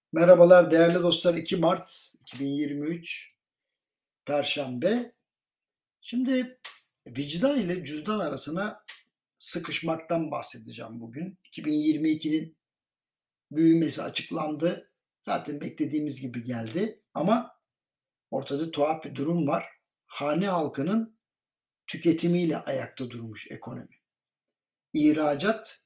Merhabalar değerli dostlar. 2 Mart 2023 Perşembe. Şimdi vicdan ile cüzdan arasına sıkışmaktan bahsedeceğim bugün. 2022'nin büyümesi açıklandı. Zaten beklediğimiz gibi geldi ama ortada tuhaf bir durum var. Hane halkının tüketimiyle ayakta durmuş ekonomi. İhracat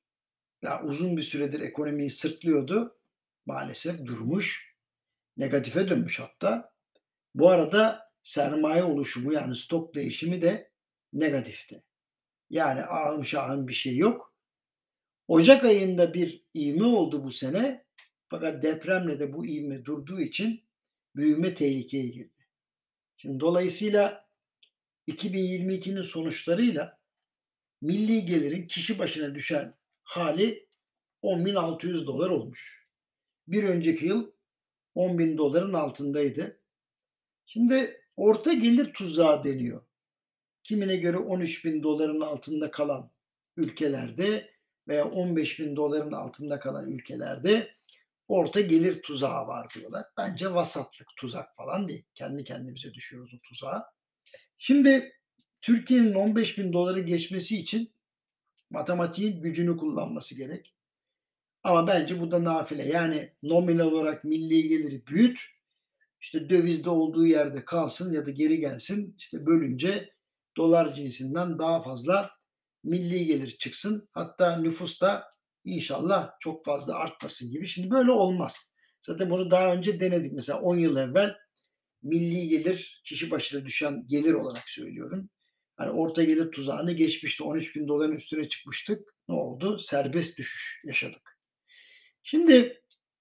ya uzun bir süredir ekonomiyi sırtlıyordu. Maalesef durmuş, negatife dönmüş hatta. Bu arada sermaye oluşumu yani stok değişimi de negatifti. Yani ahım şahım bir şey yok. Ocak ayında bir ivme oldu bu sene. Fakat depremle de bu ivme durduğu için büyüme tehlikeye girdi. Şimdi dolayısıyla 2022'nin sonuçlarıyla milli gelirin kişi başına düşen hali 10.600 dolar olmuş. Bir önceki yıl 10.000 doların altındaydı. Şimdi orta gelir tuzağı deniyor. Kimine göre 13.000 doların altında kalan ülkelerde veya 15.000 doların altında kalan ülkelerde orta gelir tuzağı var diyorlar. Bence vasatlık tuzak falan değil. Kendi kendimize düşüyoruz o tuzağa. Şimdi Türkiye'nin 15.000 doları geçmesi için matematiğin gücünü kullanması gerek. Ama bence bu da nafile. Yani nominal olarak milli geliri büyüt, işte dövizde olduğu yerde kalsın ya da geri gelsin. İşte bölünce dolar cinsinden daha fazla milli gelir çıksın. Hatta nüfus da inşallah çok fazla artmasın gibi. Şimdi böyle olmaz. Zaten bunu daha önce denedik. Mesela 10 yıl evvel milli gelir, kişi başına düşen gelir olarak söylüyorum. Hani orta gelir tuzağını geçmişti. 13.000 doların üstüne çıkmıştık. Ne oldu? Serbest düşüş yaşadık. Şimdi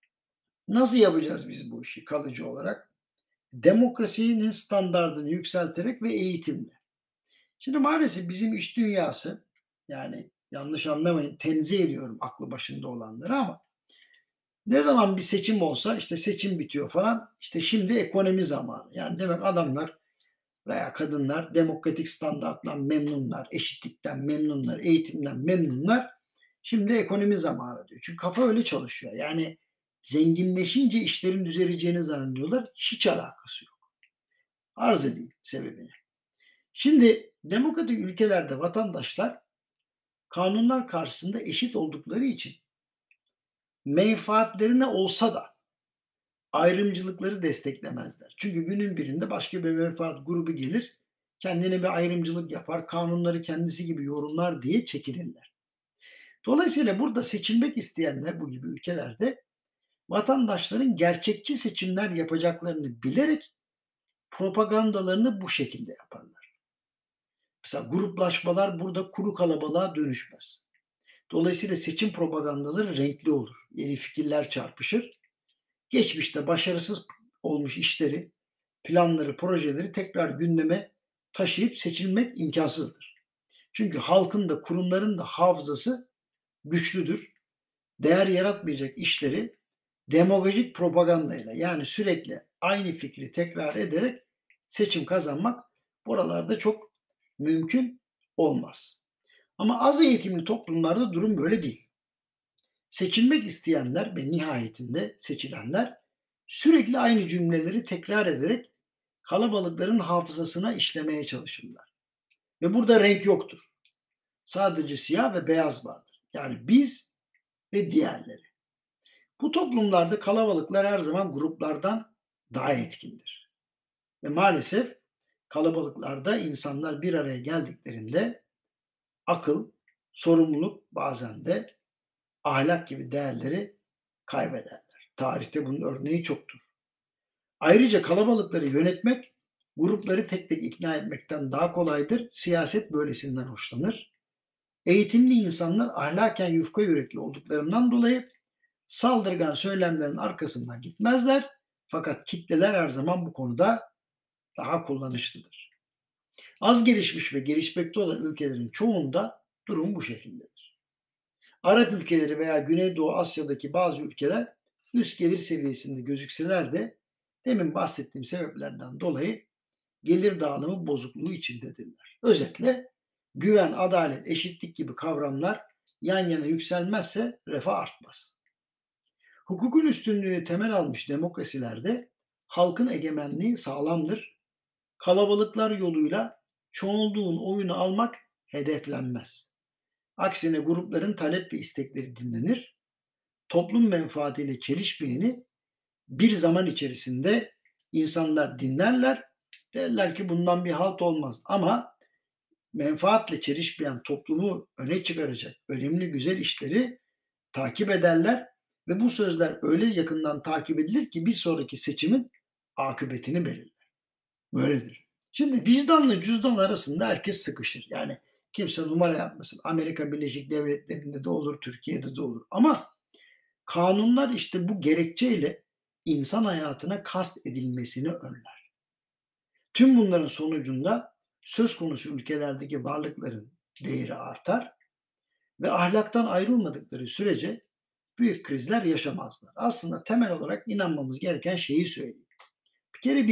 nasıl yapacağız biz bu işi kalıcı olarak? Demokrasinin standardını yükselterek ve eğitimle. Şimdi maalesef bizim iş dünyası, yani yanlış anlamayın, tenzih ediyorum aklı başında olanları ama ne zaman bir seçim olsa işte seçim bitiyor falan, işte şimdi ekonomi zamanı. Yani demek adamlar veya kadınlar demokratik standarttan memnunlar, eşitlikten memnunlar, eğitimden memnunlar. Şimdi ekonomi zamanı diyor. Çünkü kafa öyle çalışıyor. Yani zenginleşince işlerin düzeleceğini zannediyorlar. Hiç alakası yok. Arz edeyim sebebini. Şimdi demokratik ülkelerde vatandaşlar kanunlar karşısında eşit oldukları için menfaatlerine olsa da ayrımcılıkları desteklemezler. Çünkü günün birinde başka bir menfaat grubu gelir, kendine bir ayrımcılık yapar, kanunları kendisi gibi yorumlar diye çekinirler. Dolayısıyla burada seçilmek isteyenler bu gibi ülkelerde vatandaşların gerçekçi seçimler yapacaklarını bilerek propagandalarını bu şekilde yaparlar. Mesela gruplaşmalar burada kuru kalabalığa dönüşmez. Dolayısıyla seçim propagandaları renkli olur. Yeni fikirler çarpışır. Geçmişte başarısız olmuş işleri, planları, projeleri tekrar gündeme taşıyıp seçilmek imkansızdır. Çünkü halkın da kurumların da hafızası güçlüdür. Değer yaratmayacak işleri demagojik propagandayla yani sürekli aynı fikri tekrar ederek seçim kazanmak buralarda çok mümkün olmaz. Ama az eğitimli toplumlarda durum böyle değil. Seçilmek isteyenler ve nihayetinde seçilenler sürekli aynı cümleleri tekrar ederek kalabalıkların hafızasına işlemeye çalışırlar. Ve burada renk yoktur. Sadece siyah ve beyaz vardır. Yani biz ve diğerleri. Bu toplumlarda kalabalıklar her zaman gruplardan daha etkindir. Ve maalesef kalabalıklarda insanlar bir araya geldiklerinde akıl, sorumluluk bazen de ahlak gibi değerleri kaybederler. Tarihte bunun örneği çoktur. Ayrıca kalabalıkları yönetmek grupları tek tek ikna etmekten daha kolaydır. Siyaset böylesinden hoşlanır. Eğitimli insanlar ahlaken yufka yürekli olduklarından dolayı saldırgan söylemlerin arkasından gitmezler. Fakat kitleler her zaman bu konuda daha kullanışlıdır. Az gelişmiş ve gelişmekte olan ülkelerin çoğunda durum bu şekildedir. Arap ülkeleri veya Güneydoğu Asya'daki bazı ülkeler üst gelir seviyesinde gözükseler de demin bahsettiğim sebeplerden dolayı gelir dağılımı bozukluğu içindedirler. Özetle güven, adalet, eşitlik gibi kavramlar yan yana yükselmezse refah artmaz. Hukukun üstünlüğü temel almış demokrasilerde halkın egemenliği sağlamdır. Kalabalıklar yoluyla çoğunluğun oyunu almak hedeflenmez. Aksine grupların talep ve istekleri dinlenir. Toplum menfaatiyle çelişmeyeni bir zaman içerisinde insanlar dinlerler. Derler ki bundan bir halt olmaz. Ama menfaatle çelişmeyen toplumu öne çıkaracak önemli güzel işleri takip ederler ve bu sözler öyle yakından takip edilir ki bir sonraki seçimin akıbetini belirler. Böyledir. Şimdi vicdanla cüzdan arasında herkes sıkışır. Yani kimse numara yapmasın. Amerika Birleşik Devletleri'nde de olur, Türkiye'de de olur. Ama kanunlar işte bu gerekçeyle insan hayatına kast edilmesini önler. Tüm bunların sonucunda söz konusu ülkelerdeki varlıkların değeri artar ve ahlaktan ayrılmadıkları sürece büyük krizler yaşamazlar. Aslında temel olarak inanmamız gereken şeyi söyleyeyim. Bir kere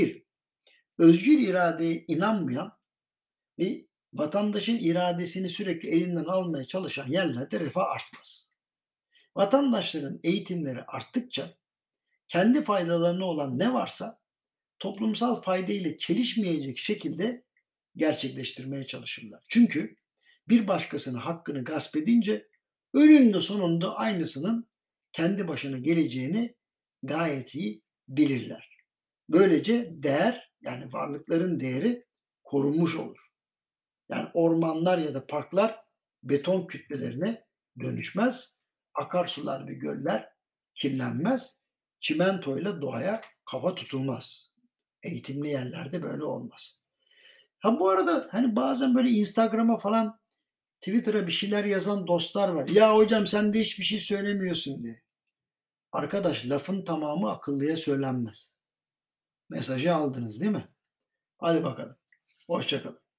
özgür iradeye inanmayan ve vatandaşın iradesini sürekli elinden almaya çalışan yerlerde refah artmaz. Vatandaşların eğitimleri arttıkça kendi faydalarına olan ne varsa toplumsal fayda ile çelişmeyecek şekilde gerçekleştirmeye çalışırlar. Çünkü bir başkasının hakkını gasp edince önünde sonunda aynısının kendi başına geleceğini gayet iyi bilirler. Böylece değer, yani varlıkların değeri korunmuş olur. Yani ormanlar ya da parklar beton kütlelerine dönüşmez, akarsular ve göller kirlenmez, çimentoyla doğaya kafa tutulmaz. Eğitimli yerlerde böyle olmaz. Ha bu arada hani bazen böyle Instagram'a falan Twitter'a bir şeyler yazan dostlar var. Ya hocam sen de hiçbir şey söylemiyorsun diye. Arkadaş lafın tamamı akıllıya söylenmez. Mesajı aldınız değil mi? Hadi bakalım. Hoşça kalın.